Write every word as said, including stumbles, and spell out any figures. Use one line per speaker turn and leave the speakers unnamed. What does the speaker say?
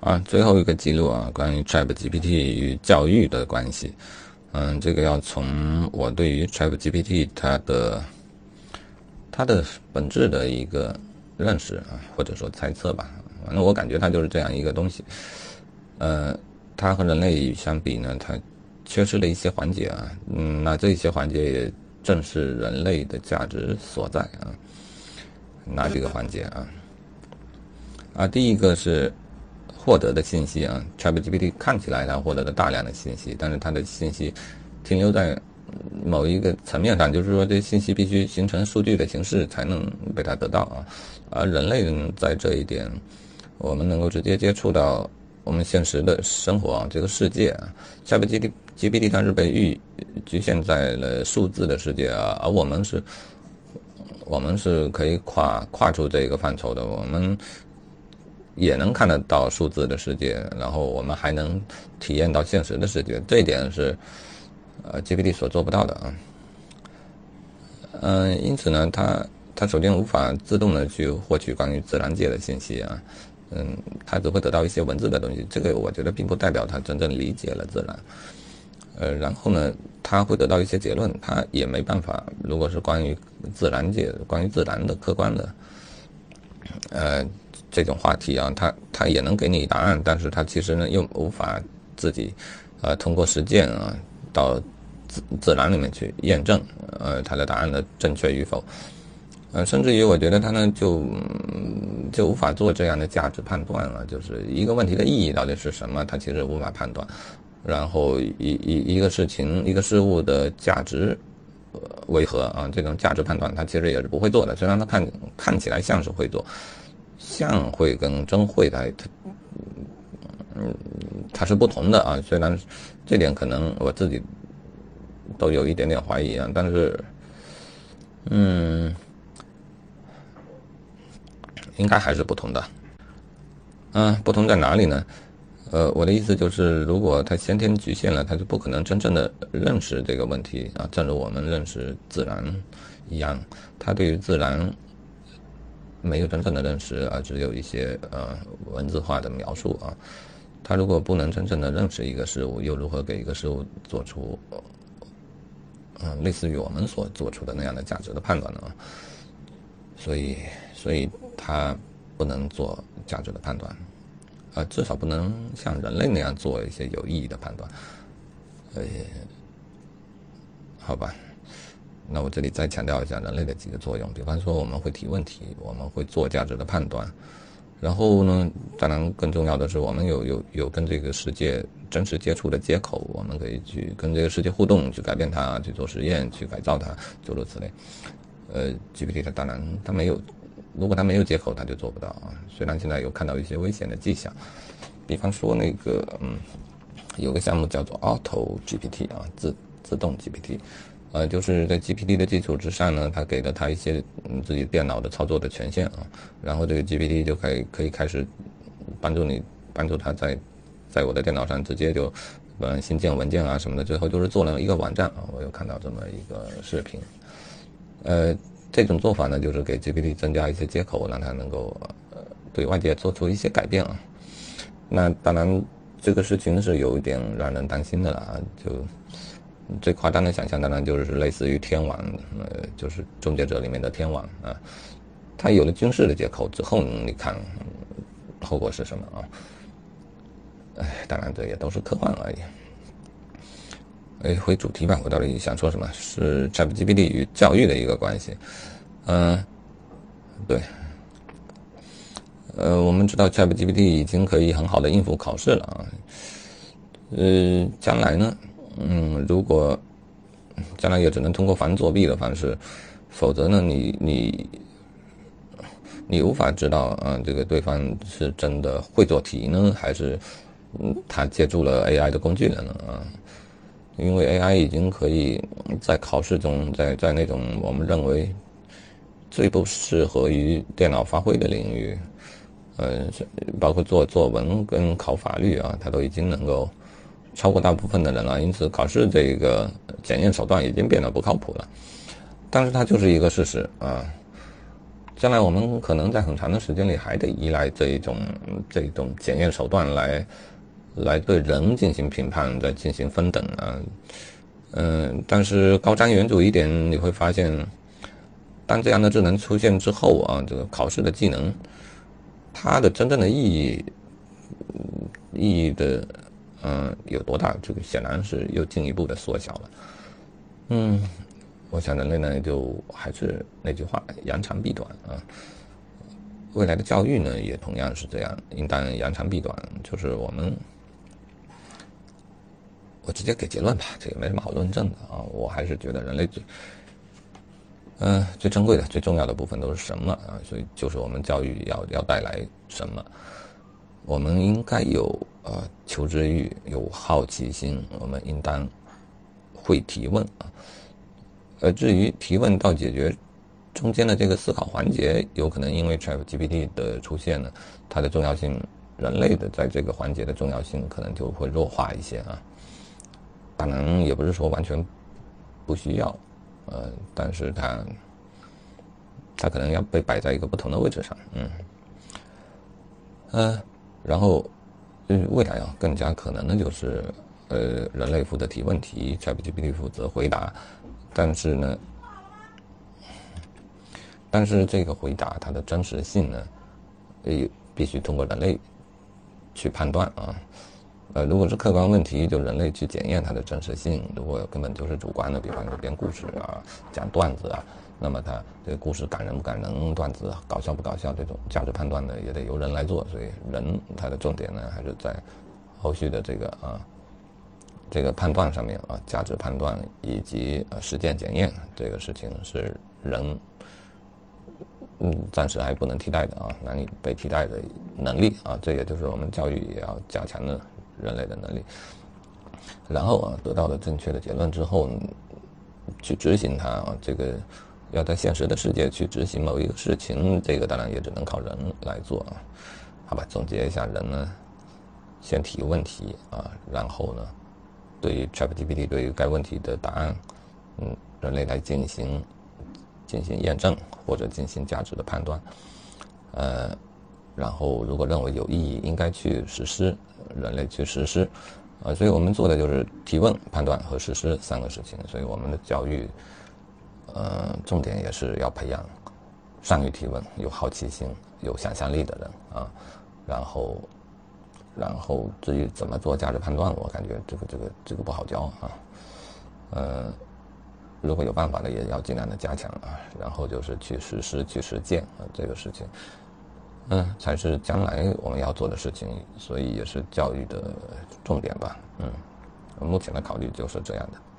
啊，最后一个记录啊，关于 ChatGPT 与教育的关系。嗯，这个要从我对于 ChatGPT 它的它的本质的一个认识啊，或者说猜测吧。反正我感觉它就是这样一个东西。呃，它和人类相比呢，它缺失了一些环节啊。嗯，那这些环节也正是人类的价值所在啊。哪几个环节啊？啊，第一个是获得的信息啊 ，ChatGPT 看起来它获得了大量的信息，但是它的信息停留在某一个层面上，就是说这信息必须形成数据的形式才能被它得到啊。而人类呢，在这一点，我们能够直接接触到我们现实的生活啊，这个世界啊 ，ChatGPT 它是被预局限在了数字的世界啊，而我们是。我们是可以跨跨出这个范畴的，我们也能看得到数字的世界，然后我们还能体验到现实的世界，这一点是呃 G P T 所做不到的啊。嗯、呃，因此呢，它它首先无法自动的去获取关于自然界的信息啊，嗯，它只会得到一些文字的东西，这个我觉得并不代表它真正理解了自然。呃，然后呢，他会得到一些结论，他也没办法。如果是关于自然界、关于自然的客观的，呃，这种话题啊，他他也能给你答案，但是他其实呢又无法自己，呃，通过实践啊，到自自然里面去验证，呃，他的答案的正确与否。呃，甚至于我觉得他呢就就无法做这样的价值判断了，就是一个问题的意义到底是什么，他其实无法判断。然后一一一个事情一个事物的价值为何啊？这种价值判断，它其实也是不会做的。虽然它看看起来像是会做，像会跟真会它它嗯它是不同的啊。虽然这点可能我自己都有一点点怀疑啊，但是嗯，应该还是不同的。嗯，不同在哪里呢？呃，我的意思就是，如果他先天局限了，他就不可能真正的认识这个问题啊。正如我们认识自然一样，他对于自然没有真正的认识啊，只有一些呃文字化的描述啊。他如果不能真正的认识一个事物，又如何给一个事物做出嗯、呃、类似于我们所做出的那样的价值的判断呢？所以，所以他不能做价值的判断。呃，至少不能像人类那样做一些有意义的判断，呃，好吧，那我这里再强调一下人类的几个作用，比方说我们会提问题，我们会做价值的判断，然后呢，当然更重要的是我们有有有跟这个世界真实接触的接口，我们可以去跟这个世界互动，去改变它，去做实验，去改造它，诸如此类。呃 G P T 它当然它没有。如果它没有接口，它就做不到啊。虽然现在有看到一些危险的迹象，比方说那个嗯，有个项目叫做 Auto G P T 啊，自自动 G P T， 呃，就是在 G P T 的基础之上呢，它给了它一些嗯自己电脑的操作的权限啊，然后这个 G P T 就可以可以开始帮助你帮助它在在我的电脑上直接就嗯新建文件啊什么的，最后就是做了一个网站啊，我有看到这么一个视频，呃。这种做法呢，就是给 G P T 增加一些接口，让它能够呃对外界做出一些改变啊。那当然，这个事情是有一点让人担心的啦。就最夸张的想象，当然就是类似于天网，呃，就是终结者里面的天网啊。它有了军事的接口之后，你看后果是什么啊？哎，当然这也都是科幻而已。哎，回主题吧，我到底想说什么？是 ChatGPT 与教育的一个关系。嗯、呃，对，呃，我们知道 ChatGPT 已经可以很好的应付考试了啊。呃，将来呢，嗯，如果将来也只能通过防作弊的方式，否则呢，你你你无法知道啊，这个对方是真的会做题呢，还是嗯他借助了 A I 的工具了呢啊？因为 A I 已经可以在考试中，在在那种我们认为最不适合于电脑发挥的领域，呃，包括做作文跟考法律啊，它都已经能够超过大部分的人了。因此，考试这个检验手段已经变得不靠谱了。但是它就是一个事实啊。 将来我们可能在很长的时间里还得依赖这一种这一种检验手段来来对人进行评判，再进行分等啊。嗯，但是高瞻远瞩一点，你会发现，当这样的智能出现之后啊，这个考试的技能，它的真正的意义，意义的，嗯，有多大？这个显然是又进一步的缩小了。嗯，我想人类呢，就还是那句话，扬长避短啊。未来的教育呢，也同样是这样，应当扬长避短，就是我们。我直接给结论吧，这个没什么好论证的啊。我还是觉得人类最，嗯、呃，最珍贵的、最重要的部分都是什么啊？所以就是我们教育要要带来什么？我们应该有呃求知欲，有好奇心，我们应当会提问啊。呃，至于提问到解决中间的这个思考环节，有可能因为 ChatGPT 的出现呢，它的重要性，人类的在这个环节的重要性可能就会弱化一些啊。当然也不是说完全不需要，呃，但是它它可能要被摆在一个不同的位置上，嗯，呃，然后，嗯，未来啊，更加可能的就是，呃，人类负责提问题 ，ChatGPT 负责回答，但是呢，但是这个回答它的真实性呢，也必须通过人类去判断啊。呃，如果是客观问题，就人类去检验它的真实性；如果根本就是主观的，比方说编故事啊、讲段子啊，那么它这个故事感人不感人，段子搞笑不搞笑，这种价值判断呢，也得由人来做。所以人它的重点呢，还是在后续的这个啊这个判断上面啊，价值判断以及呃实践检验这个事情是人嗯暂时还不能替代的啊，难以被替代的能力啊，这也就是我们教育也要加强的。人类的能力，然后啊，得到了正确的结论之后，去执行它啊，这个要在现实的世界去执行某一个事情，这个当然也只能靠人来做啊。好吧，总结一下，人呢，先提问题啊，然后呢，对于 ChatGPT 对于该问题的答案，嗯，人类来进行进行验证或者进行价值的判断，呃。然后，如果认为有意义，应该去实施，人类去实施，啊，所以我们做的就是提问、判断和实施三个事情。所以我们的教育，呃，重点也是要培养善于提问、有好奇心、有想象力的人啊。然后，然后至于怎么做价值判断，我感觉这个这个这个不好教啊。呃，如果有办法的，也要尽量的加强啊。然后就是去实施、去实践啊，这个事情。嗯，才是将来我们要做的事情，所以也是教育的重点吧。嗯，目前的考虑就是这样的。